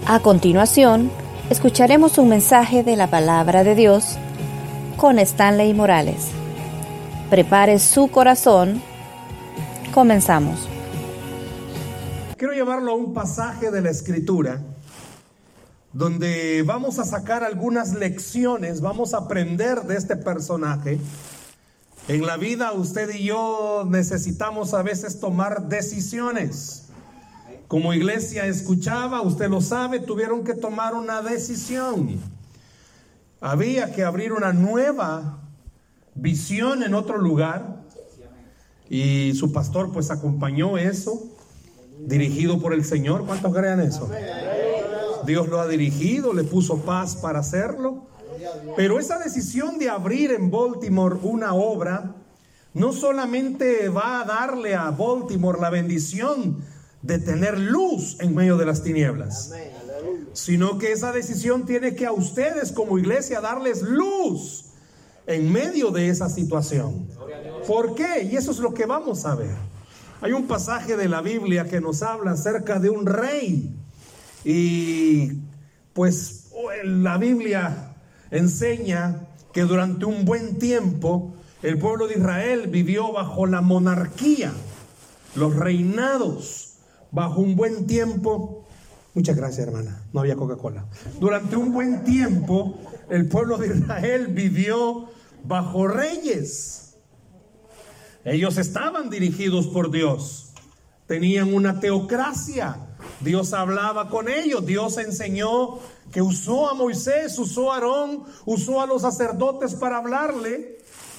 A continuación, escucharemos un mensaje de la Palabra de Dios con Stanley Morales. Prepare su corazón. Comenzamos. Quiero llevarlo a un pasaje de la Escritura donde vamos a sacar algunas lecciones, vamos a aprender de este personaje. En la vida usted y yo necesitamos a veces tomar decisiones. Como iglesia escuchaba, usted lo sabe, tuvieron que tomar una decisión. Había que abrir una nueva visión en otro lugar y su pastor pues acompañó eso, dirigido por el Señor. ¿Cuántos creen eso? Dios lo ha dirigido, le puso paz para hacerlo. Pero esa decisión de abrir en Baltimore una obra no solamente va a darle a Baltimore la bendición de tener luz en medio de las tinieblas, sino que esa decisión tiene que a ustedes como iglesia darles luz en medio de esa situación. ¿Por qué? Y eso es lo que vamos a ver. Hay un pasaje de la Biblia que nos habla acerca de un rey, y pues la Biblia enseña que durante un buen tiempo el pueblo de Israel vivió bajo la monarquía, los reinados, bajo un buen tiempo. Muchas gracias, hermana, no había Coca-Cola. Durante un buen tiempo el pueblo de Israel vivió bajo reyes. Ellos estaban dirigidos por Dios, tenían una teocracia. Dios hablaba con ellos. Dios enseñó que usó a Moisés, usó a Aarón, usó a los sacerdotes para hablarle.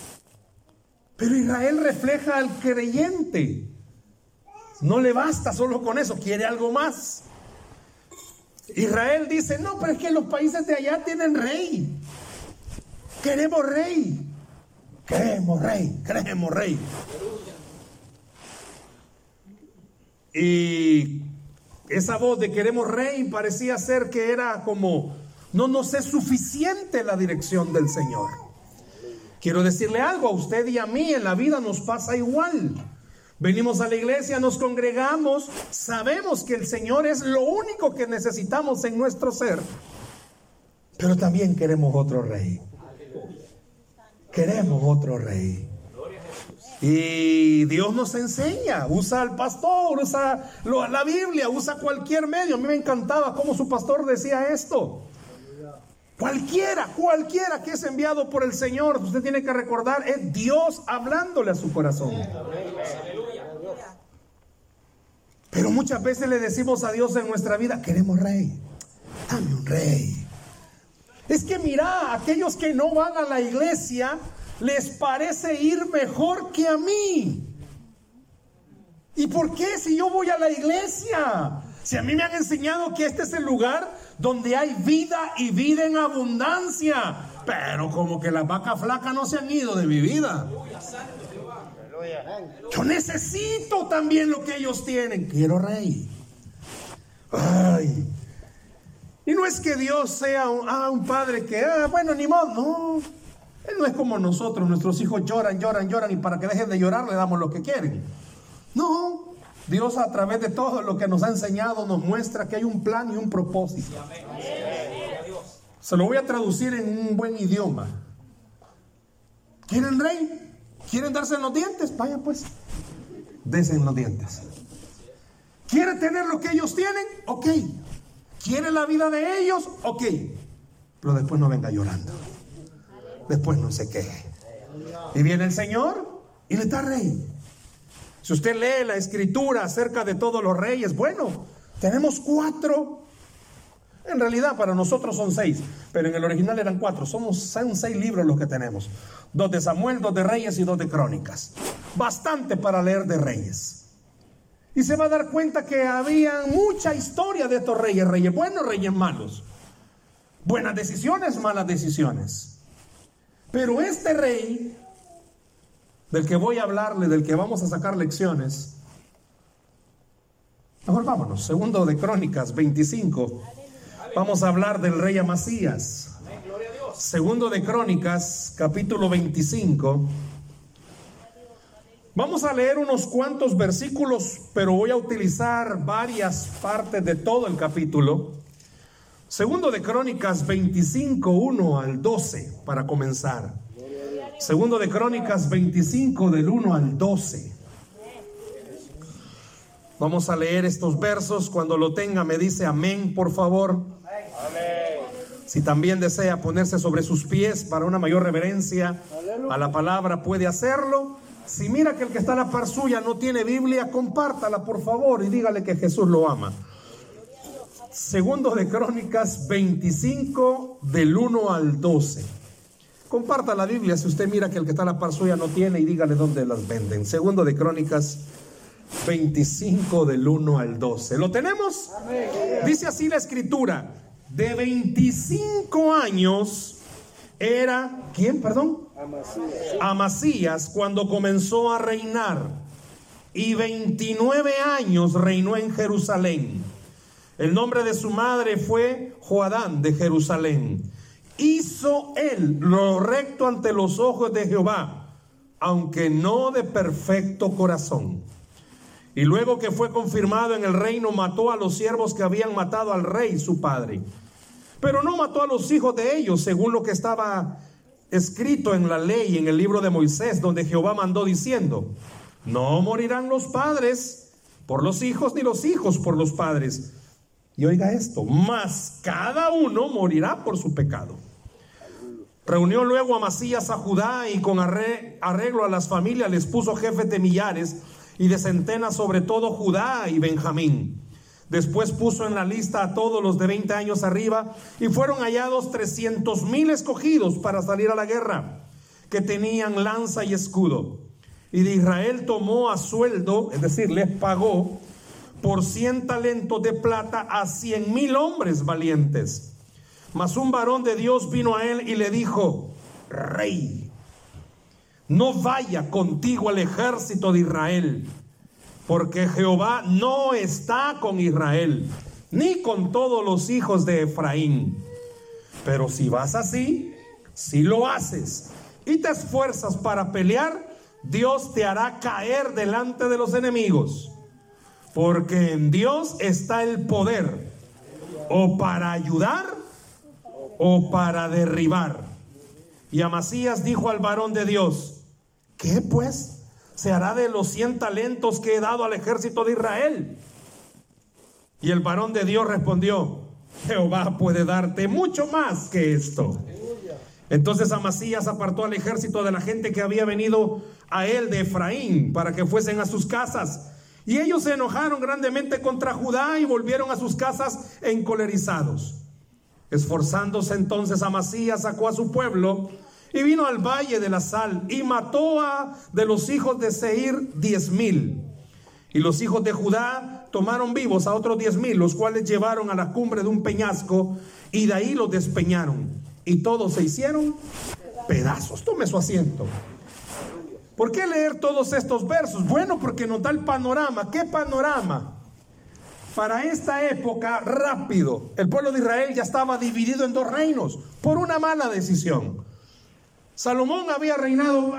Pero Israel refleja al creyente. No le basta solo con eso, quiere algo más. Israel dice: no, pero es que los países de allá tienen rey. Queremos rey. Queremos rey, queremos rey. Y esa voz de queremos rey parecía ser que era como, no nos es suficiente la dirección del Señor. Quiero decirle algo a usted y a mí, en la vida nos pasa igual. Venimos a la iglesia, nos congregamos, sabemos que el Señor es lo único que necesitamos en nuestro ser, pero también queremos otro rey. Queremos otro rey. Y Dios nos enseña, usa al pastor, usa la Biblia, usa cualquier medio. A mí me encantaba cómo su pastor decía esto. Cualquiera que es enviado por el Señor, usted tiene que recordar, es Dios hablándole a su corazón. Pero muchas veces le decimos a Dios en nuestra vida: queremos rey, dame un rey. Es que mira, aquellos que no van a la iglesia les parece ir mejor que a mí. ¿Y por qué si yo voy a la iglesia? Si a mí me han enseñado que este es el lugar donde hay vida y vida en abundancia. Pero como que las vacas flacas no se han ido de mi vida. Yo necesito también lo que ellos tienen. Quiero rey. Ay. Y no es que Dios sea un padre que, bueno, ni modo. No. Él no es como nosotros. Nuestros hijos lloran y para que dejen de llorar le damos lo que quieren. No. Dios, a través de todo lo que nos ha enseñado, nos muestra que hay un plan y un propósito. Se lo voy a traducir en un buen idioma. ¿Quieren rey? ¿Quieren darse en los dientes? Vaya pues, dense en los dientes. ¿Quieren tener lo que ellos tienen? Ok. ¿Quieren la vida de ellos? Ok. Pero después no venga llorando. Después no se queje. Y viene el Señor y le da rey. Si usted lee la escritura acerca de todos los reyes, bueno, tenemos 4. En realidad para nosotros son 6, pero en el original eran 4. Son 6 libros los que tenemos. 2 de Samuel, 2 de Reyes y 2 de Crónicas. Bastante para leer de reyes. Y se va a dar cuenta que había mucha historia de estos reyes. Reyes buenos, reyes malos. Buenas decisiones, malas decisiones. Pero este rey del que voy a hablarle, del que vamos a sacar lecciones, mejor vámonos, segundo de Crónicas 25. Vamos a hablar del rey Amasías. Segundo de Crónicas, capítulo 25. Vamos a leer unos cuantos versículos, pero voy a utilizar varias partes de todo el capítulo Segundo de Crónicas 25, 1 al 12, para comenzar. Segundo de Crónicas 25, del 1 al 12. Vamos a leer estos versos. Cuando lo tenga me dice amén, por favor. Amén. Si también desea ponerse sobre sus pies para una mayor reverencia a la palabra, puede hacerlo. Si mira que el que está a la par suya no tiene Biblia, compártala por favor y dígale que Jesús lo ama. Segundo de Crónicas 25, del 1 al 12. Comparta la Biblia si usted mira que el que está a la par suya no tiene, y dígale dónde las venden. Segundo de Crónicas 25, del 1 al 12. ¿Lo tenemos? Amén. Dice así la escritura: de 25 años era, ¿quién, perdón? Amasías, cuando comenzó a reinar, y 29 años reinó en Jerusalén. El nombre de su madre fue Joadán de Jerusalén. Hizo él lo recto ante los ojos de Jehová, aunque no de perfecto corazón. Y luego que fue confirmado en el reino, mató a los siervos que habían matado al rey su padre. Pero no mató a los hijos de ellos, según lo que estaba escrito en la ley, en el libro de Moisés, donde Jehová mandó diciendo: no morirán los padres por los hijos, ni los hijos por los padres. Y oiga esto: mas cada uno morirá por su pecado. Reunió luego Amasías a Judá, y con arreglo a las familias les puso jefes de millares y de centenas sobre todo Judá y Benjamín. Después puso en la lista a todos los de 20 años arriba, y fueron hallados 300,000 escogidos para salir a la guerra, que tenían lanza y escudo. Y de Israel tomó a sueldo, es decir, les pagó por 100 talentos de plata a 100,000 hombres valientes. Mas un varón de Dios vino a él y le dijo: Rey, no vaya contigo el ejército de Israel, porque Jehová no está con Israel, ni con todos los hijos de Efraín. Pero si vas así, si lo haces y te esfuerzas para pelear, Dios te hará caer delante de los enemigos. Porque en Dios está el poder, o para ayudar o para derribar. Y Amasías dijo al varón de Dios: ¿qué pues se hará de los 100 talentos que he dado al ejército de Israel? Y el varón de Dios respondió: Jehová puede darte mucho más que esto. Entonces Amasías apartó al ejército de la gente que había venido a él de Efraín, para que fuesen a sus casas. Y ellos se enojaron grandemente contra Judá y volvieron a sus casas encolerizados. Esforzándose entonces Amasías, sacó a su pueblo y vino al valle de la sal, y mató de los hijos de Seir 10,000. Y los hijos de Judá tomaron vivos a otros 10,000, los cuales llevaron a la cumbre de un peñasco, y de ahí los despeñaron, y todos se hicieron pedazos. Tome su asiento. ¿Por qué leer todos estos versos? Bueno, porque nos da el panorama. ¿Qué panorama? Para esta época, rápido, el pueblo de Israel ya estaba dividido en 2 reinos por una mala decisión. Salomón había reinado,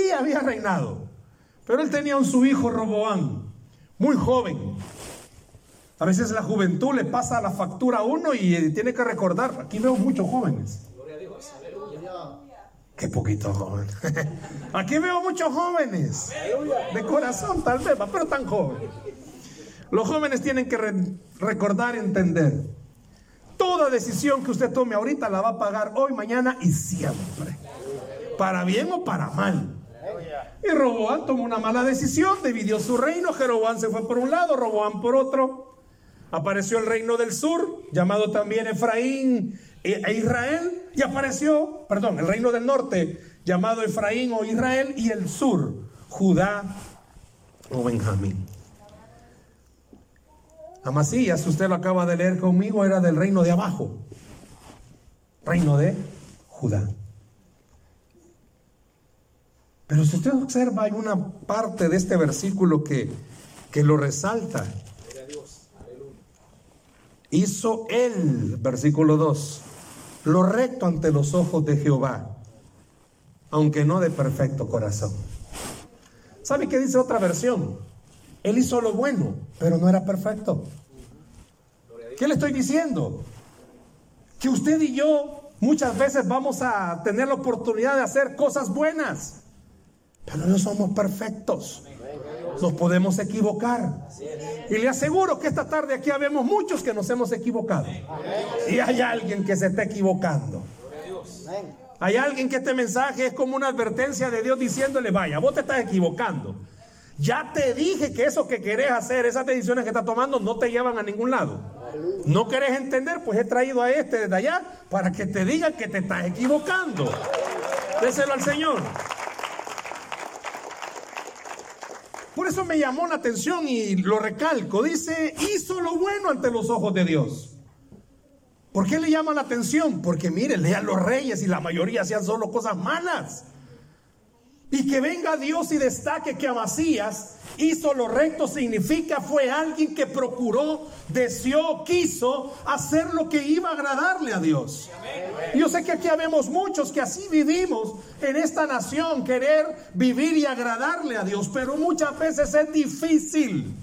pero él tenía su hijo Roboam, muy joven. A veces la juventud le pasa la factura a uno y tiene que recordar. Aquí veo muchos jóvenes. Gloria a Dios, aleluya. Qué poquito joven. Aquí veo muchos jóvenes, de corazón tal vez, pero tan jóvenes. Los jóvenes tienen que recordar y entender: toda decisión que usted tome ahorita la va a pagar hoy, mañana y siempre, para bien o para mal. Y Roboam tomó una mala decisión, dividió su reino. Jeroboam se fue por un lado, Roboam por otro. Apareció el reino del sur, llamado también Efraín e Israel, y apareció, el reino del norte, llamado Efraín o Israel, y el sur, Judá o Benjamín. Amasías, usted lo acaba de leer conmigo, era del reino de abajo, reino de Judá. Pero si usted observa, hay una parte de este versículo que lo resalta. Hizo él, versículo 2, lo recto ante los ojos de Jehová, aunque no de perfecto corazón. ¿Sabe qué dice otra versión? Él hizo lo bueno, pero no era perfecto. ¿Qué le estoy diciendo? que usted y yo muchas veces vamos a tener la oportunidad de hacer cosas buenas, pero no somos perfectos. Nos podemos equivocar. Y le aseguro que esta tarde aquí habemos muchos que nos hemos equivocado. Y hay alguien que se está equivocando. Hay alguien que este mensaje es como una advertencia de Dios diciéndole: vaya, vos te estás equivocando. Ya te dije que eso que querés hacer, esas decisiones que estás tomando, no te llevan a ningún lado. No querés entender, pues he traído a este desde allá para que te digan que te estás equivocando. Déselo al Señor. Por eso me llamó la atención y lo recalco. Dice: hizo lo bueno ante los ojos de Dios. ¿Por qué le llama la atención? Porque mire, lean los reyes y la mayoría hacían solo cosas malas. Y que venga Dios y destaque que Amasías hizo lo recto significa fue alguien que procuró, deseó, quiso hacer lo que iba a agradarle a Dios. Yo sé que aquí habemos muchos que así vivimos en esta nación, querer vivir y agradarle a Dios, pero muchas veces es difícil.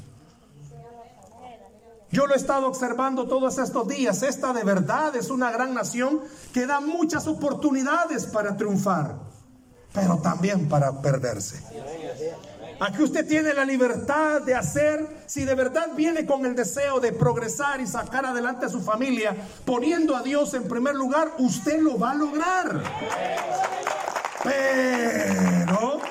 Yo lo he estado observando todos estos días. Esta de verdad es una gran nación que da muchas oportunidades para triunfar, pero también para perderse. Aquí usted tiene la libertad de hacer, si de verdad viene con el deseo de progresar y sacar adelante a su familia, poniendo a Dios en primer lugar, usted lo va a lograr. Pero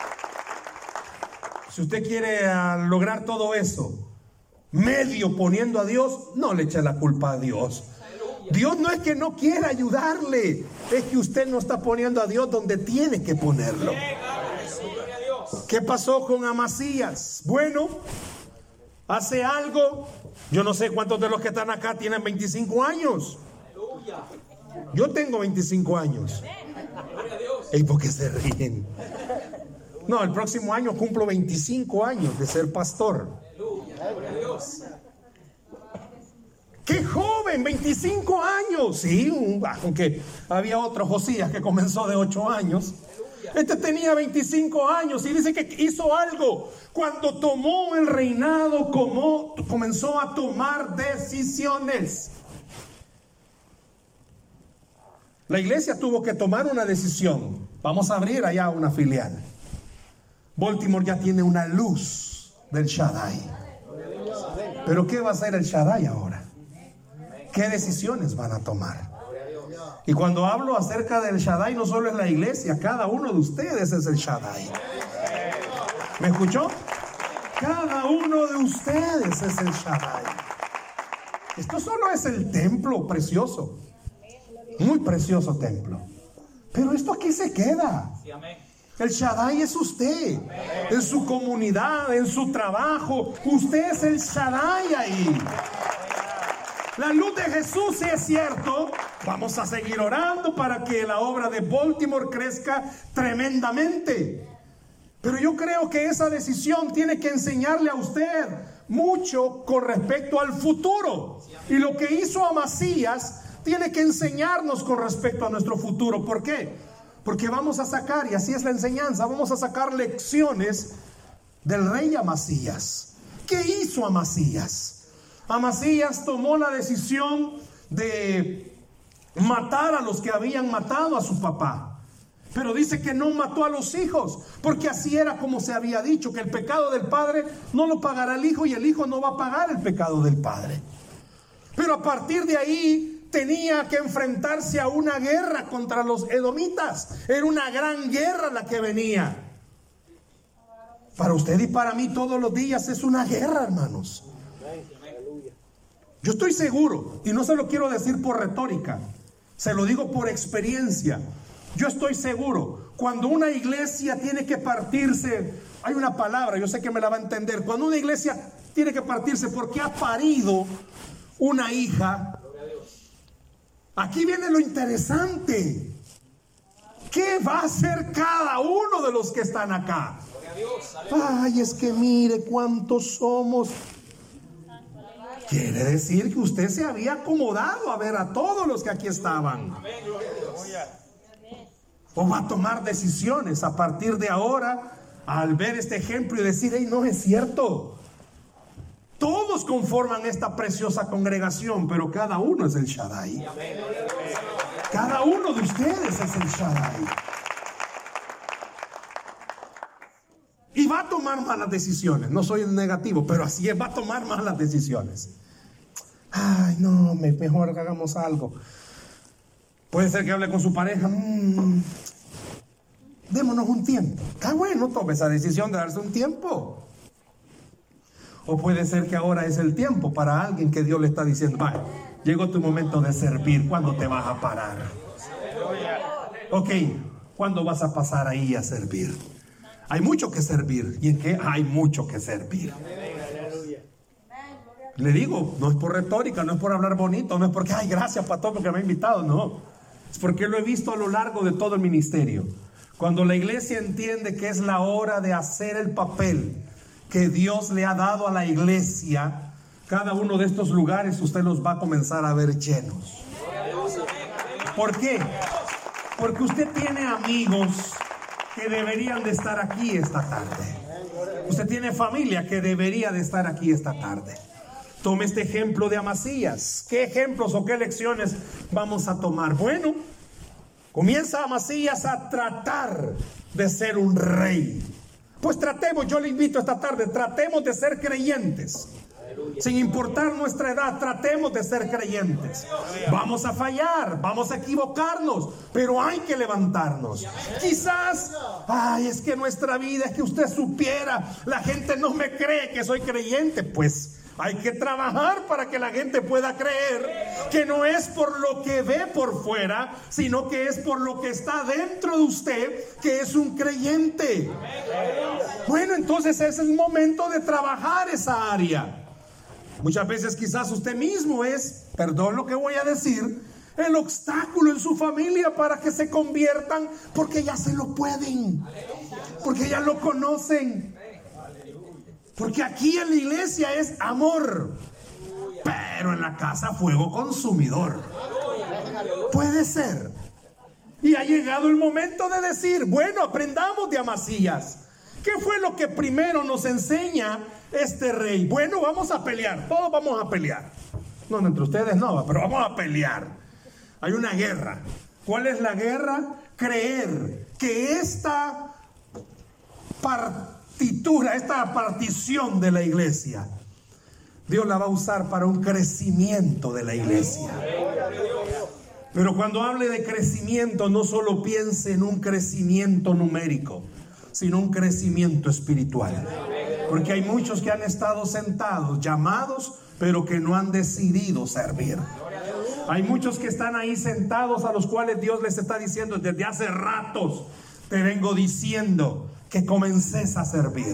si usted quiere lograr todo eso medio poniendo a Dios, no le eche la culpa a Dios. Dios no es que no quiera ayudarle, es que usted no está poniendo a Dios donde tiene que ponerlo. ¿Qué pasó con Amasías? Bueno, hace algo. Yo no sé cuántos de los que están acá tienen 25 años. Yo tengo 25 años. ¿Y por qué se ríen? No, el próximo año cumplo 25 años de ser pastor. ¡Qué joven! 25 años. Sí, aunque había otro Josías que comenzó de 8 años. Este tenía 25 años y dice que hizo algo. Cuando tomó el reinado, comenzó a tomar decisiones. La iglesia tuvo que tomar una decisión. Vamos a abrir allá una filial. Baltimore ya tiene una luz del Shaddai. Pero ¿qué va a hacer el Shaddai ahora? ¿Qué decisiones van a tomar? Y cuando hablo acerca del Shaddai, no solo es la iglesia, cada uno de ustedes es el Shaddai. ¿Me escuchó? Cada uno de ustedes es el Shaddai. Esto solo es el templo precioso, muy precioso templo. Pero esto aquí se queda. El Shaddai es usted, en su comunidad, en su trabajo. Usted es el Shaddai ahí. La luz de Jesús, si es cierto, vamos a seguir orando para que la obra de Baltimore crezca tremendamente. Pero yo creo que esa decisión tiene que enseñarle a usted mucho con respecto al futuro. Y lo que hizo Amasías tiene que enseñarnos con respecto a nuestro futuro. ¿Por qué? Porque vamos a sacar, y así es la enseñanza, vamos a sacar lecciones del rey Amasías. ¿Qué hizo Amasías? Amasías tomó la decisión de matar a los que habían matado a su papá. Pero dice que no mató a los hijos, porque así era como se había dicho, que el pecado del padre no lo pagará el hijo y el hijo no va a pagar el pecado del padre. Pero a partir de ahí tenía que enfrentarse a una guerra contra los edomitas. Era una gran guerra la que venía. Para usted y para mí todos los días es una guerra, hermanos. Yo estoy seguro, y no se lo quiero decir por retórica, se lo digo por experiencia. Yo estoy seguro, cuando una iglesia tiene que partirse, hay una palabra, yo sé que me la va a entender, cuando una iglesia tiene que partirse porque ha parido una hija, aquí viene lo interesante. ¿Qué va a hacer cada uno de los que están acá? Ay, es que mire cuántos somos. Quiere decir que usted se había acomodado a ver a todos los que aquí estaban. O va a tomar decisiones a partir de ahora al ver este ejemplo y decir: hey, no es cierto. Todos todos conforman esta preciosa congregación, pero cada uno es el Shaddai. Cada uno de ustedes es el Shaddai. Y va a tomar malas decisiones. No soy el negativo, pero así es, va a tomar malas decisiones. Ay, no, mejor hagamos algo. Puede ser que hable con su pareja. Démonos un tiempo. Está bueno, tome esa decisión de darse un tiempo. O puede ser que ahora es el tiempo para alguien que Dios le está diciendo: vaya, llegó tu momento de servir. ¿Cuándo te vas a parar? Ok, ¿cuándo vas a pasar ahí a servir? Hay mucho que servir. ¿Y en qué? Hay mucho que servir. Le digo, no es por retórica, no es por hablar bonito, no es porque, ay, gracias pastor porque me ha invitado, no. Es porque lo he visto a lo largo de todo el ministerio. Cuando la iglesia entiende que es la hora de hacer el papel que Dios le ha dado a la iglesia, cada uno de estos lugares usted los va a comenzar a ver llenos. ¿Por qué? Porque usted tiene amigos que deberían de estar aquí esta tarde. Usted tiene familia que debería de estar aquí esta tarde. Tome este ejemplo de Amasías. ¿Qué ejemplos o qué lecciones vamos a tomar? Bueno, comienza Amasías a tratar de ser un rey. Pues tratemos, yo le invito esta tarde, tratemos de ser creyentes. Sin importar nuestra edad, tratemos de ser creyentes. Vamos a fallar, vamos a equivocarnos, pero hay que levantarnos. Quizás, ay, es que nuestra vida, es que usted supiera, la gente no me cree que soy creyente. Pues hay que trabajar para que la gente pueda creer que no es por lo que ve por fuera, sino que es por lo que está dentro de usted, que es un creyente. Bueno, entonces es el momento de trabajar esa área. Muchas veces quizás usted mismo es, perdón lo que voy a decir, el obstáculo en su familia para que se conviertan, porque ya se lo pueden, porque ya lo conocen. Porque aquí en la iglesia es amor, pero en la casa fuego consumidor. Puede ser. Y ha llegado el momento de decir, bueno, aprendamos de Amasías. ¿Qué fue lo que primero nos enseña este rey? Bueno, vamos a pelear, todos vamos a pelear. No, entre ustedes no, pero vamos a pelear. Hay una guerra. ¿Cuál es la guerra? Creer que esta partitura, esta partición de la iglesia, Dios la va a usar para un crecimiento de la iglesia. Pero cuando hable de crecimiento, no solo piense en un crecimiento numérico, sino un crecimiento espiritual. Porque hay muchos que han estado sentados, llamados, pero que no han decidido servir. Hay muchos que están ahí sentados, a los cuales Dios les está diciendo desde hace ratos: te vengo diciendo que comences a servir.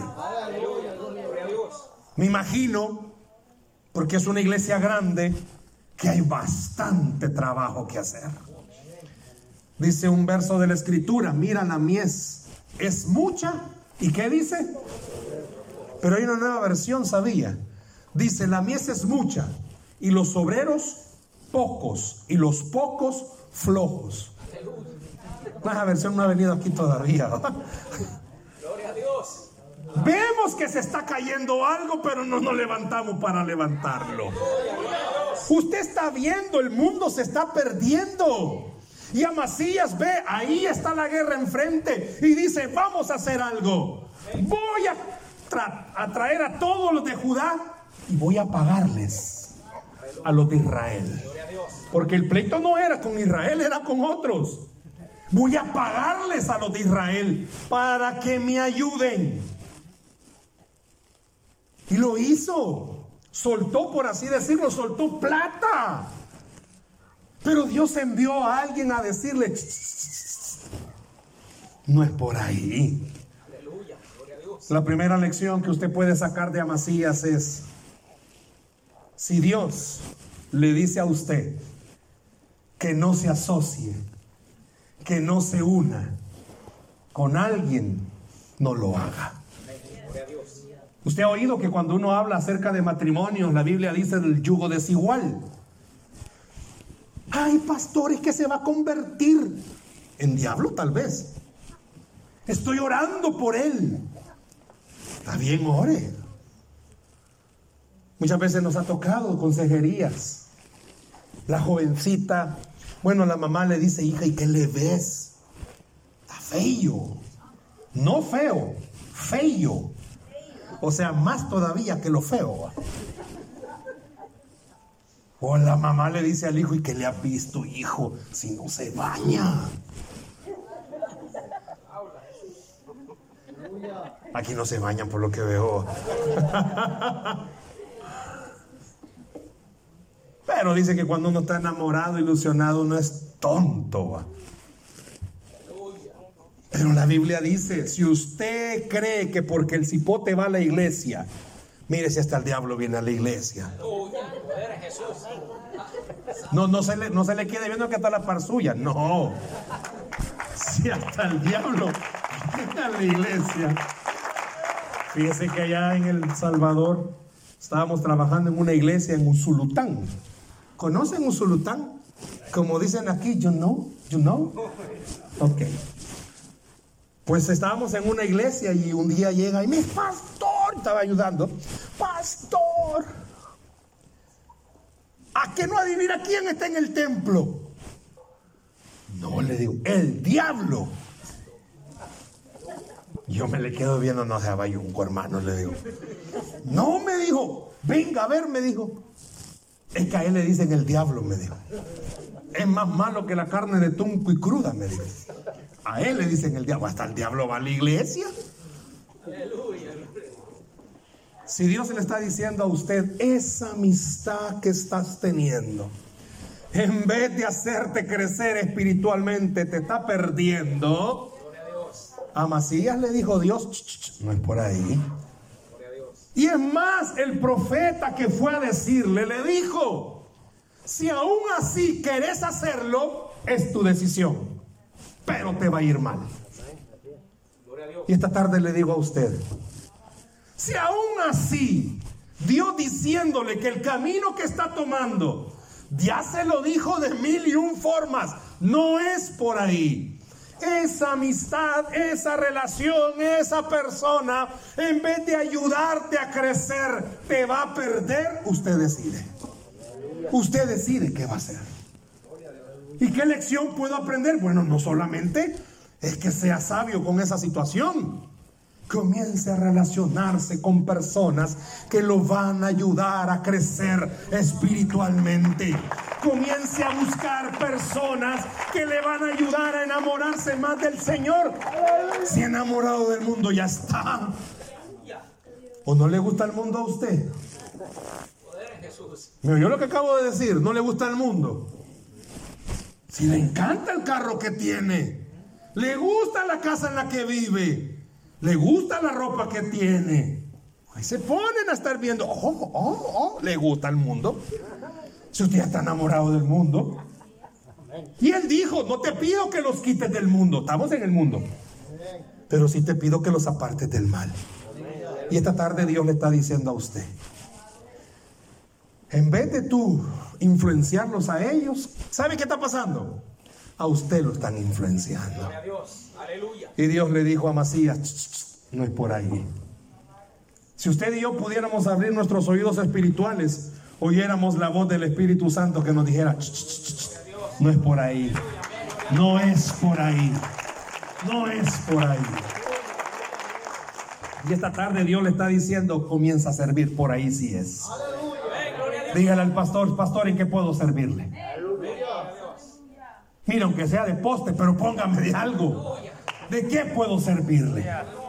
Me imagino, porque es una iglesia grande, que hay bastante trabajo que hacer. Dice un verso de la escritura: mira, la mies es mucha. ¿Y qué dice? Pero hay una nueva versión, ¿sabía? Dice: la mies es mucha y los obreros pocos, y los pocos flojos. Esa versión no ha venido aquí todavía. Gloria a Dios. Vemos que se está cayendo algo, pero no nos levantamos para levantarlo. Usted está viendo, el mundo se está perdiendo. Y Amasías ve, ahí está la guerra enfrente, y dice: vamos a hacer algo. Voy a traer a todos los de Judá y voy a pagarles a los de Israel. Porque el pleito no era con Israel, era con otros. Voy a pagarles a los de Israel para que me ayuden. Y lo hizo. Soltó, por así decirlo, soltó plata. Pero Dios envió a alguien a decirle: no es por ahí. La primera lección que usted puede sacar de Amasías es: si Dios le dice a usted que no se asocie, que no se una con alguien, no lo haga. Usted ha oído que cuando uno habla acerca de matrimonios, la Biblia dice del yugo desigual. Ay, pastor, es que se va a convertir en diablo, tal vez. Estoy orando por él. Está bien, ore. Muchas veces nos ha tocado consejerías. La jovencita, bueno, la mamá le dice, hija, ¿y qué le ves? Está feo. No feo, feo. O sea, más todavía que lo feo. O la mamá le dice al hijo, ¿y qué le has visto, hijo? Si no se baña. Aquí no se bañan por lo que veo. Pero dice que cuando uno está enamorado, ilusionado, uno es tonto. Pero la Biblia dice, si usted cree que porque el cipote va a la iglesia, mire si hasta el diablo viene a la iglesia. No se le quede viendo que está la par suya. No. Si hasta el diablo viene a la iglesia. Fíjese que allá en El Salvador estábamos trabajando en una iglesia en Usulután. ¿Conocen Usulután? Como dicen aquí, you know. Ok. Pues estábamos en una iglesia y un día llega y mi pastor estaba ayudando. Pastor, ¿a qué no adivina quién está en el templo? No, le digo, el diablo. Yo me le quedo viendo, no sea bayunco, hermano, le digo. No, me dijo, venga a ver, me dijo. Es que a él le dicen el diablo, me dijo. Es más malo que la carne de tunco y cruda, me dijo. A él le dicen el diablo. Hasta el diablo va a la iglesia. Si Dios le está diciendo a usted, esa amistad que estás teniendo, en vez de hacerte crecer espiritualmente, te está perdiendo. A Macías le dijo Dios, no es por ahí. Y es más, el profeta que fue a decirle, le dijo, si aún así querés hacerlo, es tu decisión, pero te va a ir mal. Y esta tarde le digo a usted, si aún así Dios diciéndole que el camino que está tomando, ya se lo dijo de 1001 formas, no es por ahí. Esa amistad, esa relación, esa persona, en vez de ayudarte a crecer, te va a perder. Usted decide. Usted decide qué va a hacer. ¿Y qué lección puedo aprender? Bueno, no solamente es que sea sabio con esa situación. Comience a relacionarse con personas que lo van a ayudar a crecer espiritualmente. Comience a buscar personas que le van a ayudar a enamorarse más del Señor. Si enamorado del mundo ya está. ¿O no le gusta el mundo a usted? ¿Me oyó lo que acabo de decir? ¿No le gusta el mundo? Si le encanta el carro que tiene, le gusta la casa en la que vive, le gusta la ropa que tiene, ahí se ponen a estar viendo, le gusta el mundo. Si usted ya está enamorado del mundo. Y él dijo, no te pido que los quites del mundo, estamos en el mundo, pero sí te pido que los apartes del mal. Y esta tarde Dios le está diciendo a usted, en vez de tú influenciarlos a ellos, ¿sabe qué está pasando? A usted lo están influenciando. Y Dios le dijo a Macías, no es por ahí. Si usted y yo pudiéramos abrir nuestros oídos espirituales, oyéramos la voz del Espíritu Santo que nos dijera, no es por ahí, no es por ahí, no es por ahí. Y esta tarde Dios le está diciendo, comienza a servir, por ahí sí es. Dígale al pastor, pastor, ¿en qué puedo servirle? Mira, aunque sea de poste, pero póngame de algo. ¿De qué puedo servirle?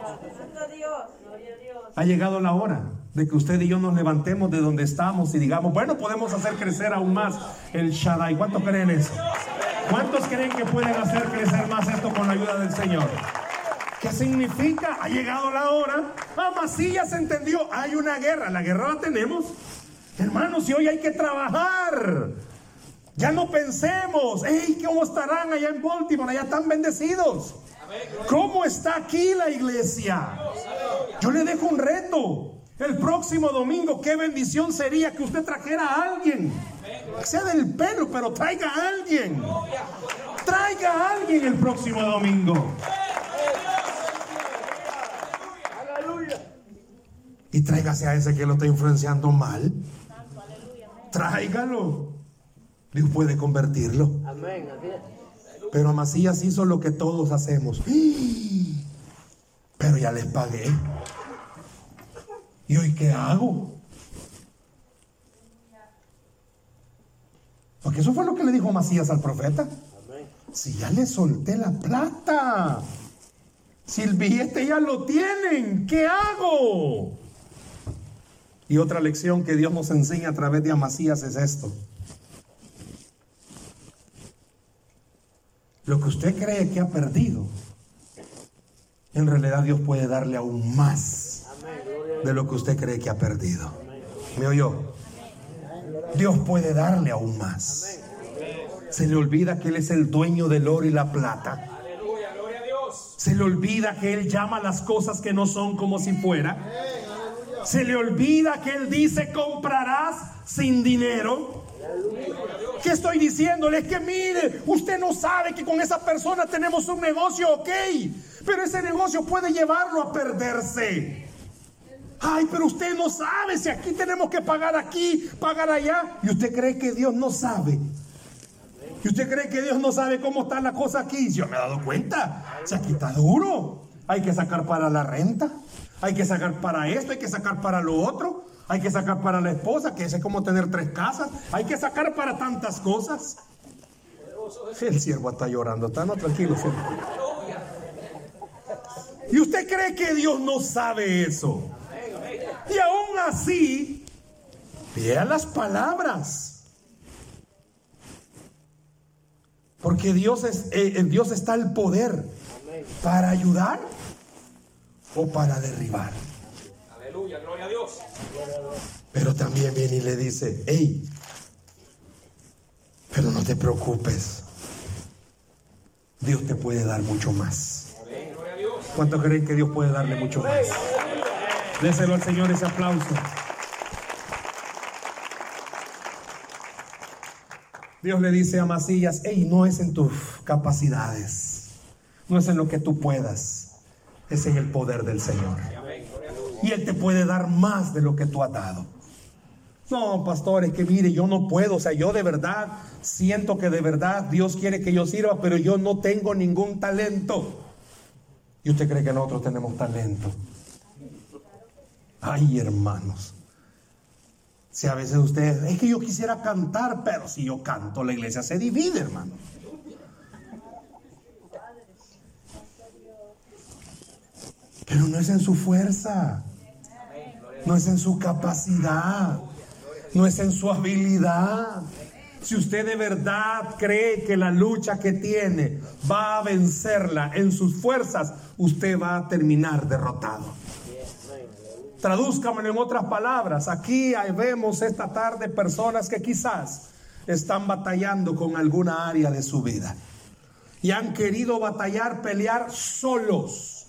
Ha llegado la hora de que usted y yo nos levantemos de donde estamos y digamos, bueno, podemos hacer crecer aún más el Shaddai. ¿Cuántos creen eso? ¿Cuántos creen que pueden hacer crecer más esto con la ayuda del Señor? ¿Qué significa? Ha llegado la hora. Macías entendió, hay una guerra, la guerra la tenemos. Hermanos, y hoy hay que trabajar. Ya no pensemos, hey, ¿cómo estarán allá en Baltimore? Allá están bendecidos. ¿Cómo está aquí la iglesia? Yo le dejo un reto. El próximo domingo, qué bendición sería que usted trajera a alguien. Que sea del pelo, pero traiga a alguien. Traiga a alguien el próximo domingo. Y tráigase a ese que lo está influenciando mal. Tráigalo. Dios puede convertirlo. Amén. Pero Amasías hizo lo que todos hacemos. Pero ya les pagué. ¿Y hoy qué hago? Porque eso fue lo que le dijo Amasías al profeta. Amén. Si ya le solté la plata, si el billete ya lo tienen, ¿qué hago? Y otra lección que Dios nos enseña a través de Amasías es esto. Lo que usted cree que ha perdido, en realidad Dios puede darle aún más de lo que usted cree que ha perdido. ¿Me oyó? Dios puede darle aún más. Se le olvida que Él es el dueño del oro y la plata. Se le olvida que Él llama las cosas que no son como si fuera. Se le olvida que Él dice: comprarás sin dinero. ¿Qué estoy diciéndole? Es que mire, usted no sabe que con esa persona tenemos un negocio, ok, pero ese negocio puede llevarlo a perderse. Ay, pero usted no sabe si aquí tenemos que pagar aquí, pagar allá. ¿Y usted cree que Dios no sabe? ¿Y usted cree que Dios no sabe cómo está la cosa aquí? Yo me he dado cuenta. Si aquí está duro. Hay que sacar para la renta. Hay que sacar para esto. Hay que sacar para lo otro. Hay que sacar para la esposa, que es como tener 3 casas. Hay que sacar para tantas cosas. El siervo está llorando. Está no, tranquilo, siervo. ¿Y usted cree que Dios no sabe eso? Y aún así, vea las palabras. Porque en Dios está el poder para ayudar o para derribar. Aleluya, gloria a Dios. Pero también viene y le dice: hey, pero no te preocupes, Dios te puede dar mucho más. ¿Cuántos creen que Dios puede darle mucho más? Déselo al Señor ese aplauso. Dios le dice a Amasías: hey, no es en tus capacidades, no es en lo que tú puedas, es en el poder del Señor. Y Él te puede dar más de lo que tú has dado. No, pastor, es que mire, yo no puedo. O sea, yo de verdad siento que de verdad Dios quiere que yo sirva, pero yo no tengo ningún talento. ¿Y usted cree que nosotros tenemos talento? Ay, hermanos, si a veces usted, es que yo quisiera cantar, pero si yo canto, la iglesia se divide, hermano. Pero no es en su fuerza, no es en su capacidad, no es en su habilidad. Si usted de verdad cree que la lucha que tiene va a vencerla en sus fuerzas, usted va a terminar derrotado. Tradúzcamelo en otras palabras. Aquí vemos esta tarde personas que quizás están batallando con alguna área de su vida y han querido batallar, pelear solos.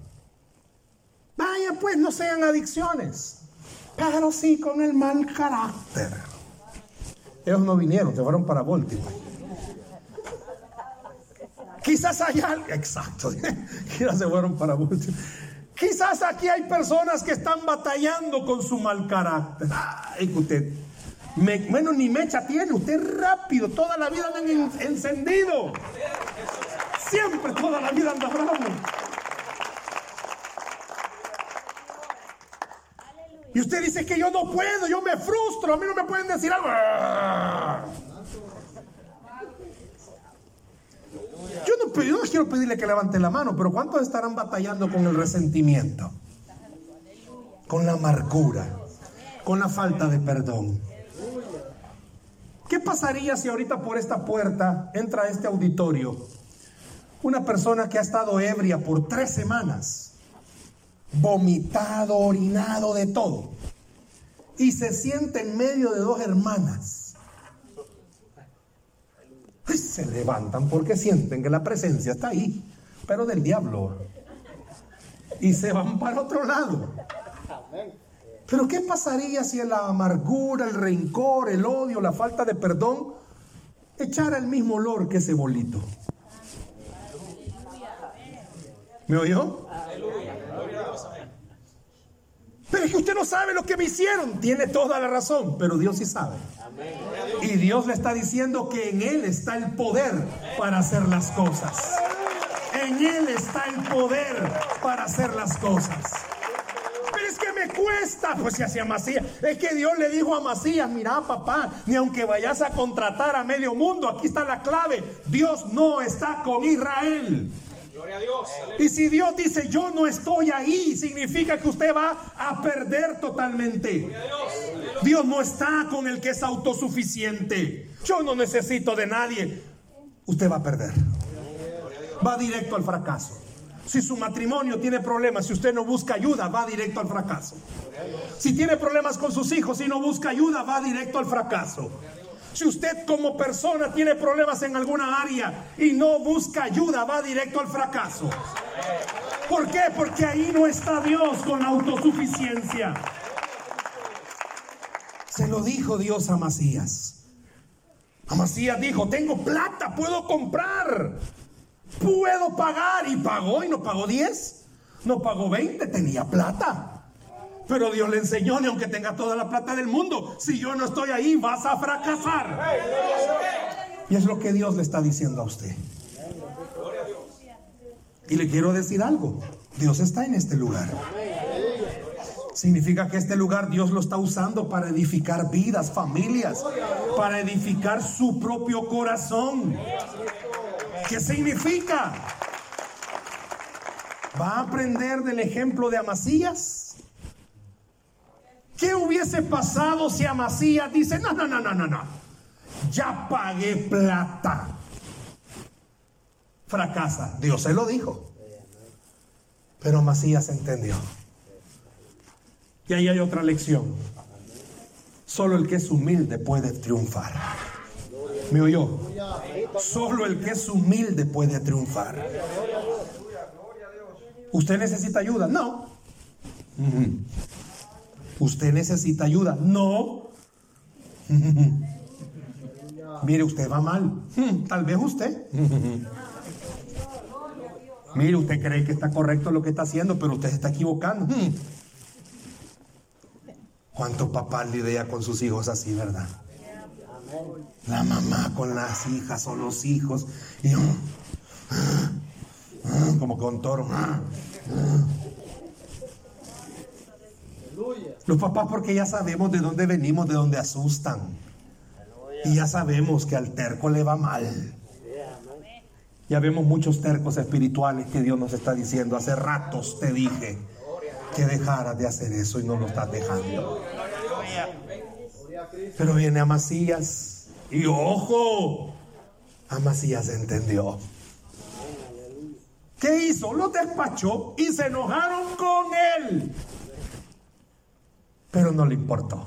Vaya, pues, no sean adicciones, pero sí con el mal carácter. Ellos no vinieron, se fueron para Baltimore. Quizás allá, exacto, quizás se fueron para Baltimore. Quizás aquí hay personas que están batallando con su mal carácter. Ay, usted, bueno, ni mecha tiene, usted rápido, toda la vida anda encendido. Siempre, toda la vida anda bravo. Y usted dice que yo no puedo, yo me frustro, a mí no me pueden decir algo. Yo no quiero pedirle que levante la mano, pero ¿cuántos estarán batallando con el resentimiento? Con la amargura, con la falta de perdón. ¿Qué pasaría si ahorita por esta puerta entra a este auditorio una persona que ha estado ebria por 3 semanas? Vomitado, orinado, de todo, y se siente en medio de 2 hermanas. Y se levantan porque sienten que la presencia está ahí, pero del diablo, y se van para otro lado. Pero ¿qué pasaría si la amargura, el rencor, el odio, la falta de perdón echara el mismo olor que ese bolito? ¿Me oyó? Pero es que usted no sabe lo que me hicieron. Tiene toda la razón, pero Dios sí sabe. Y Dios le está diciendo que en Él está el poder para hacer las cosas. En Él está el poder para hacer las cosas. Pero es que me cuesta. Pues si hacia Amasías, es que Dios le dijo a Amasías: mira, papá, ni aunque vayas a contratar a medio mundo, aquí está la clave: Dios no está con Israel. Gloria a Dios. Y si Dios dice yo no estoy ahí, significa que usted va a perder totalmente. Dios no está con el que es autosuficiente. Yo no necesito de nadie. Usted va a perder. Va directo al fracaso. Si su matrimonio tiene problemas, si usted no busca ayuda, va directo al fracaso. Si tiene problemas con sus hijos y no busca ayuda, va directo al fracaso. Si usted como persona tiene problemas en alguna área y no busca ayuda, va directo al fracaso. ¿Por qué? Porque ahí no está Dios con la autosuficiencia. Se lo dijo Dios a Amasías. Amasías dijo: tengo plata, puedo comprar, puedo pagar. Y pagó, y no pagó 10, no pagó 20, tenía plata. Pero Dios le enseñó: ni aunque tenga toda la plata del mundo, si yo no estoy ahí, vas a fracasar. Y es lo que Dios le está diciendo a usted. Y le quiero decir algo: Dios está en este lugar. Significa que este lugar Dios lo está usando para edificar vidas, familias, para edificar su propio corazón. ¿Qué significa? ¿Va a aprender del ejemplo de Amasías? ¿Qué hubiese pasado si Amasías dice: no, ya pagué plata? Fracasa. Dios se lo dijo. Pero Amasías entendió. Y ahí hay otra lección. Solo el que es humilde puede triunfar. ¿Me oyó? Solo el que es humilde puede triunfar. ¿Usted necesita ayuda? No. ¿Usted necesita ayuda? No. Mire, usted va mal. Tal vez usted. Mire, usted cree que está correcto lo que está haciendo, pero usted se está equivocando. ¿Cuántos papás lidian con sus hijos así, verdad? La mamá con las hijas o los hijos. Y como con toro. Los papás, porque ya sabemos de dónde venimos, de dónde asustan. Y ya sabemos que al terco le va mal. Ya vemos muchos tercos espirituales que Dios nos está diciendo: hace ratos te dije que dejaras de hacer eso y no lo estás dejando. Pero viene Amasías y ojo, Amasías entendió. ¿Qué hizo? Los despachó y se enojaron con él. Pero no le importó.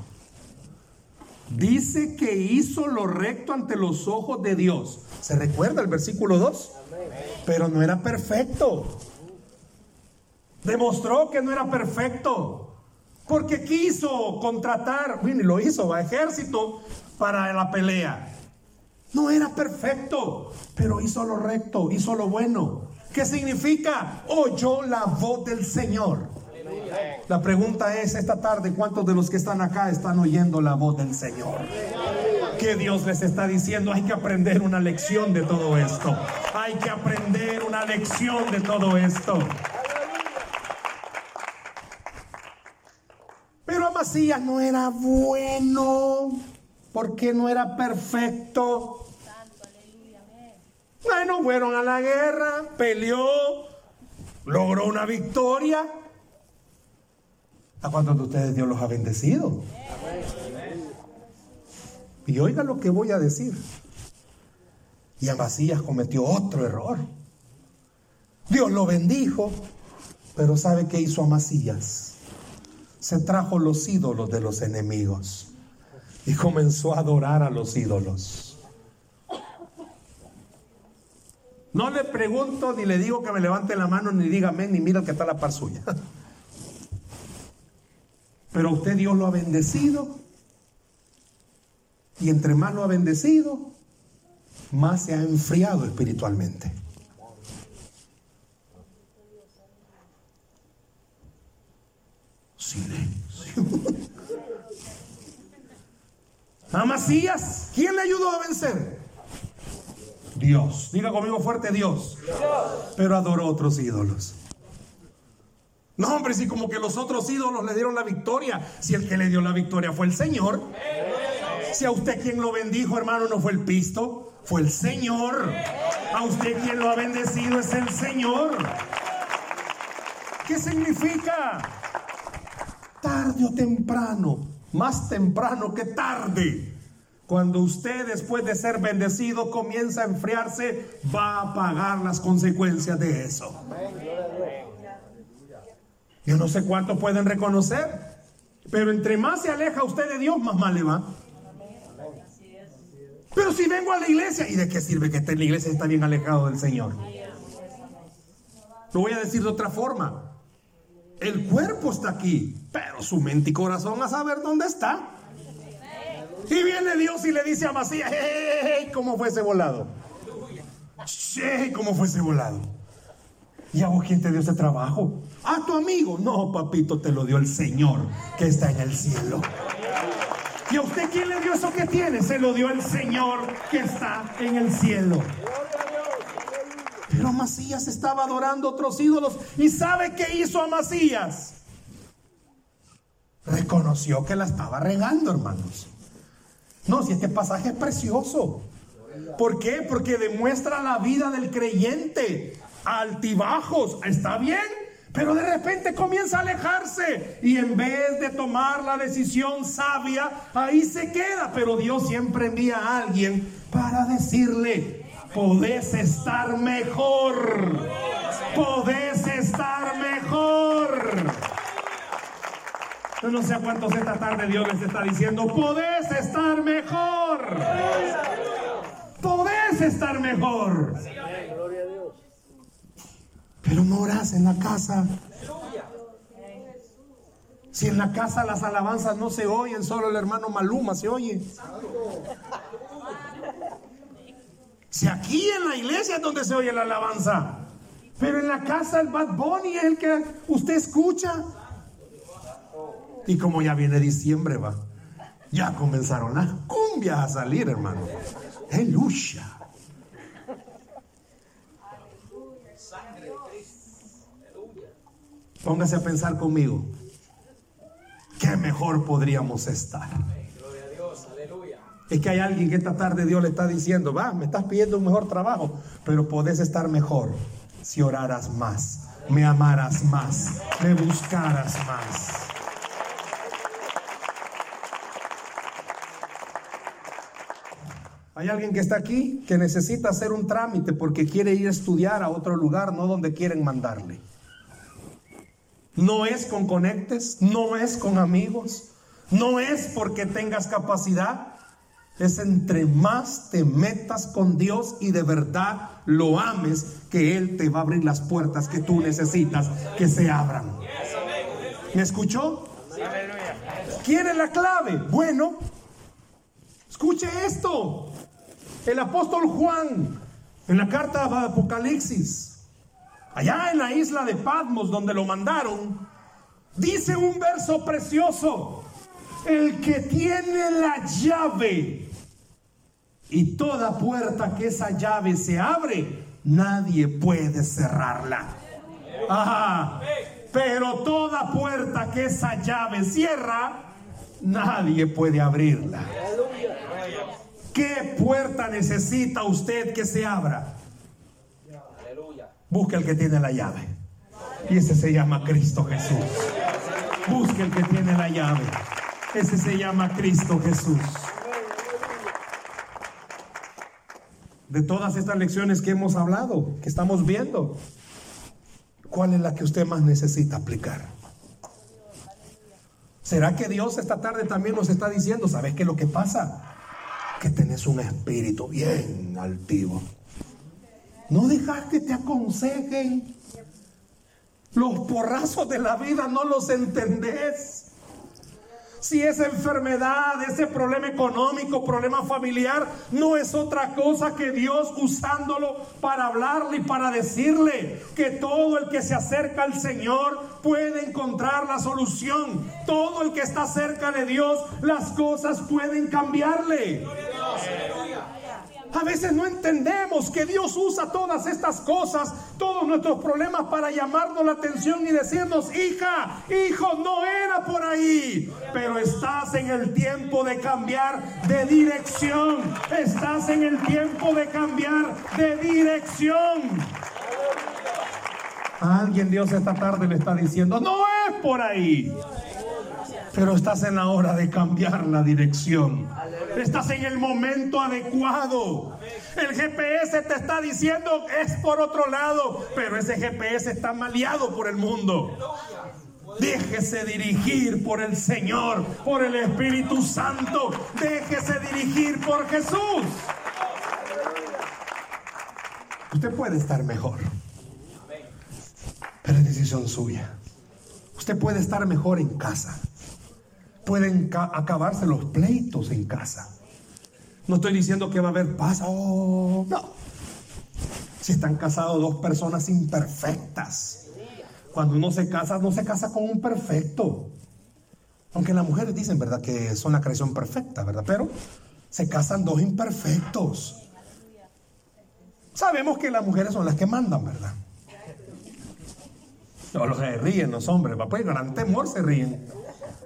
Dice que hizo lo recto ante los ojos de Dios. ¿Se recuerda el versículo 2? Pero no era perfecto. Demostró que no era perfecto, porque quiso contratar, y lo hizo, a ejército para la pelea. No era perfecto, pero hizo lo recto, hizo lo bueno. ¿Qué significa? Oyó la voz del Señor. La pregunta es esta tarde: ¿cuántos de los que están acá están oyendo la voz del Señor? Que Dios les está diciendo: hay que aprender una lección de todo esto. Hay que aprender una lección de todo esto. Pero Amasías no era bueno, porque no era perfecto. Bueno, fueron a la guerra, peleó, logró una victoria. ¿A cuántos de ustedes Dios los ha bendecido? Y oiga lo que voy a decir. Y Amasías cometió otro error. Dios lo bendijo, pero ¿sabe qué hizo Amasías? Se trajo los ídolos de los enemigos y comenzó a adorar a los ídolos. No le pregunto ni le digo que me levante la mano, ni diga amén, ni mira que está la par suya. Pero a usted Dios lo ha bendecido, y entre más lo ha bendecido, más se ha enfriado espiritualmente. Sí, Amasías, ¿quién le ayudó a vencer? Dios. Diga conmigo fuerte, Dios. Pero adoró otros ídolos. No, hombre, si como que los otros ídolos le dieron la victoria. Si el que le dio la victoria fue el Señor. Si a usted quien lo bendijo, hermano, no fue el pisto, fue el Señor. A usted quien lo ha bendecido es el Señor. ¿Qué significa? Tarde o temprano, más temprano que tarde, cuando usted después de ser bendecido comienza a enfriarse, va a pagar las consecuencias de eso. Yo no sé cuánto pueden reconocer, pero entre más se aleja usted de Dios, más mal le va. Pero si vengo a la iglesia, ¿y de qué sirve que esté en la iglesia si está bien alejado del Señor? Lo voy a decir de otra forma. El cuerpo está aquí, pero su mente y corazón a saber dónde está. Y viene Dios y le dice a Amasías: ¡hey! ¿Cómo fue ese volado? ¡Hey! ¿Cómo fue ese volado? ¿Y a vos quién te dio ese trabajo? ¿A tu amigo? No, papito, te lo dio el Señor que está en el cielo. ¿Y a usted quién le dio eso que tiene? Se lo dio el Señor que está en el cielo. Pero Amasías estaba adorando otros ídolos. ¿Y sabe qué hizo Amasías? Reconoció que la estaba regando, hermanos. No, si este pasaje es precioso. ¿Por qué? Porque demuestra la vida del creyente. Altibajos, está bien, pero de repente comienza a alejarse. Y en vez de tomar la decisión sabia, ahí se queda. Pero Dios siempre envía a alguien para decirle: podés estar mejor. Podés estar mejor. Yo no sé a cuántos esta tarde Dios les está diciendo: podés estar mejor. Podés estar mejor. Pero no orás en la casa. Si en la casa las alabanzas no se oyen, solo el hermano Maluma se oye. Si aquí en la iglesia es donde se oye la alabanza, pero en la casa el Bad Bunny es el que usted escucha. Y como ya viene diciembre, va, ya comenzaron las cumbias a salir, hermano. ¡Aleluya! Póngase a pensar conmigo. ¿Qué mejor podríamos estar? Gloria a Dios, aleluya. Es que hay alguien que esta tarde Dios le está diciendo: va, me estás pidiendo un mejor trabajo, pero podés estar mejor si oraras más, me amaras más, me buscaras más. Hay alguien que está aquí que necesita hacer un trámite porque quiere ir a estudiar a otro lugar, no donde quieren mandarle. No es con conectes, no es con amigos, no es porque tengas capacidad. Es entre más te metas con Dios y de verdad lo ames, que Él te va a abrir las puertas que tú necesitas que se abran. ¿Me escuchó? ¿Quiere la clave? Bueno, escuche esto. El apóstol Juan, en la carta de Apocalipsis, allá en la isla de Patmos, donde lo mandaron, dice un verso precioso: el que tiene la llave, y toda puerta que esa llave se abre, nadie puede cerrarla. Ajá. Pero toda puerta que esa llave cierra, nadie puede abrirla. ¿Qué puerta necesita usted que se abra? Busque el que tiene la llave. Y ese se llama Cristo Jesús. Busque el que tiene la llave. Ese se llama Cristo Jesús. De todas estas lecciones que hemos hablado, que estamos viendo, ¿cuál es la que usted más necesita aplicar? ¿Será que Dios esta tarde también nos está diciendo: ¿sabes qué es lo que pasa? Que tenés un espíritu bien altivo. No dejas que te aconsejen. Los porrazos de la vida no los entendés. Si esa enfermedad, ese problema económico, problema familiar, no es otra cosa que Dios usándolo para hablarle y para decirle que todo el que se acerca al Señor puede encontrar la solución. Todo el que está cerca de Dios, las cosas pueden cambiarle. A veces no entendemos que Dios usa todas estas cosas, todos nuestros problemas, para llamarnos la atención y decirnos: hija, hijo, no era por ahí. Pero estás en el tiempo de cambiar de dirección. Estás en el tiempo de cambiar de dirección. A alguien Dios esta tarde le está diciendo: no es por ahí. Pero estás en la hora de cambiar la dirección. Estás en el momento adecuado. El GPS te está diciendo es por otro lado, pero ese GPS está maleado por el mundo. Déjese dirigir por el Señor, por el Espíritu Santo. Déjese dirigir por Jesús. Usted puede estar mejor, pero es decisión suya. Usted puede estar mejor en casa. Pueden acabarse los pleitos en casa. No estoy diciendo que va a haber paz. No. Si están casados dos personas imperfectas. Cuando uno se casa, no se casa con un perfecto. Aunque las mujeres dicen, ¿verdad?, que son la creación perfecta, ¿verdad? Pero se casan dos imperfectos. Sabemos que las mujeres son las que mandan, ¿verdad? No, los que ríen los hombres, pues gran temor se ríen.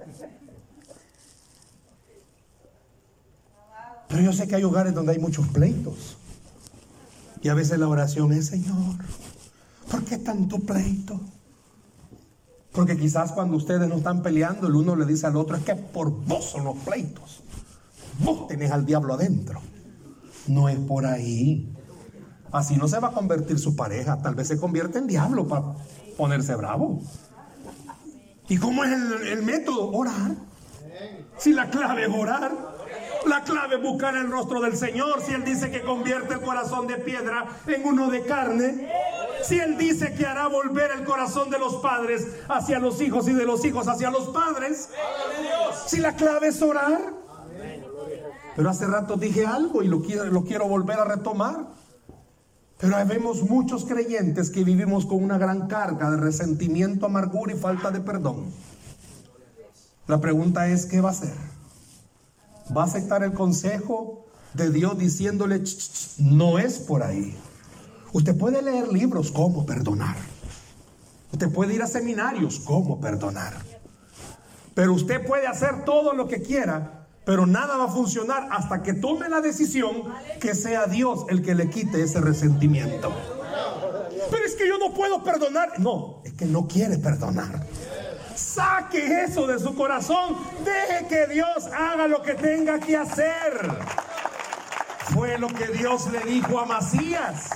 Pero yo sé que hay hogares donde hay muchos pleitos. Y a veces la oración es: Señor, ¿por qué tanto pleito? Porque quizás cuando ustedes no están peleando, el uno le dice al otro: es que por vos son los pleitos. Vos tenés al diablo adentro. No es por ahí. Así no se va a convertir su pareja. Tal vez se convierte en diablo para ponerse bravo. ¿Y cómo es el método? Orar. Si la clave es orar. La clave es buscar el rostro del Señor. Si Él dice que convierte el corazón de piedra en uno de carne, si Él dice que hará volver el corazón de los padres hacia los hijos y de los hijos hacia los padres, si la clave es orar. Pero hace rato dije algo y lo quiero volver a retomar. Pero vemos muchos creyentes que vivimos con una gran carga de resentimiento, amargura y falta de perdón. La pregunta es: ¿qué va a hacer? ¿Va a aceptar el consejo de Dios diciéndole: no es por ahí? Usted puede leer libros, ¿cómo perdonar? Usted puede ir a seminarios, ¿cómo perdonar? Pero usted puede hacer todo lo que quiera, pero nada va a funcionar hasta que tome la decisión que sea Dios el que le quite ese resentimiento. Pero es que yo no puedo perdonar. No, es que no quiere perdonar. Saque eso de su corazón. Deje que Dios haga lo que tenga que hacer. Fue lo que Dios le dijo a Masías.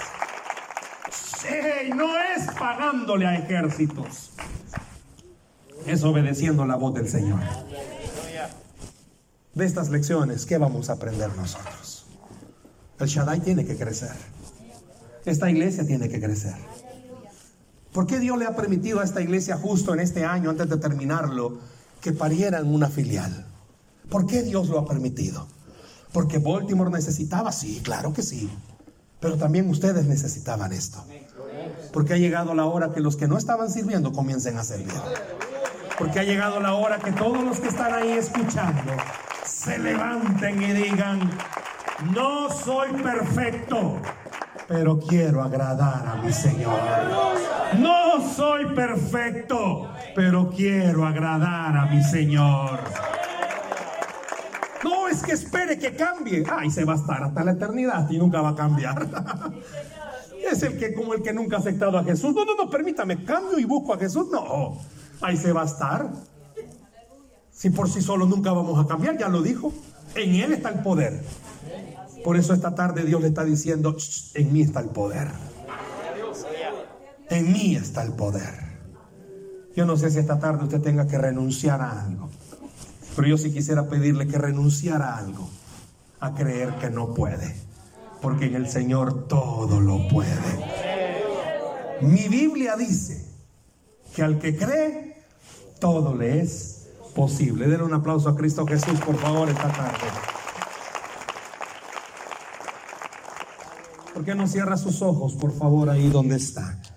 No es pagándole a ejércitos, es obedeciendo la voz del Señor. De estas lecciones, ¿qué vamos a aprender nosotros? El Shaddai tiene que crecer. Esta iglesia tiene que crecer. ¿Por qué Dios le ha permitido a esta iglesia justo en este año, antes de terminarlo, que pariera en una filial? ¿Por qué Dios lo ha permitido? ¿Porque Baltimore necesitaba? Sí, claro que sí. Pero también ustedes necesitaban esto. Porque ha llegado la hora que los que no estaban sirviendo comiencen a servir. Porque ha llegado la hora que todos los que están ahí escuchando se levanten y digan: no soy perfecto, pero quiero agradar a mi Señor. No soy perfecto, pero quiero agradar a mi Señor. No es que espere que cambie. Ay, se va a estar hasta la eternidad y nunca va a cambiar. Es como el que nunca ha aceptado a Jesús. No, permítame, cambio y busco a Jesús. No, ahí se va a estar. Si por sí solo nunca vamos a cambiar, ya lo dijo. En Él está el poder. Por eso esta tarde Dios le está diciendo: en mí está el poder. En mí está el poder. Yo no sé si esta tarde usted tenga que renunciar a algo, pero yo sí quisiera pedirle que renunciara a algo, a creer que no puede, porque en el Señor todo lo puede. Mi Biblia dice que al que cree, todo le es posible. Denle un aplauso a Cristo Jesús, por favor, esta tarde. ¿Por qué no cierra sus ojos, por favor, ahí donde está?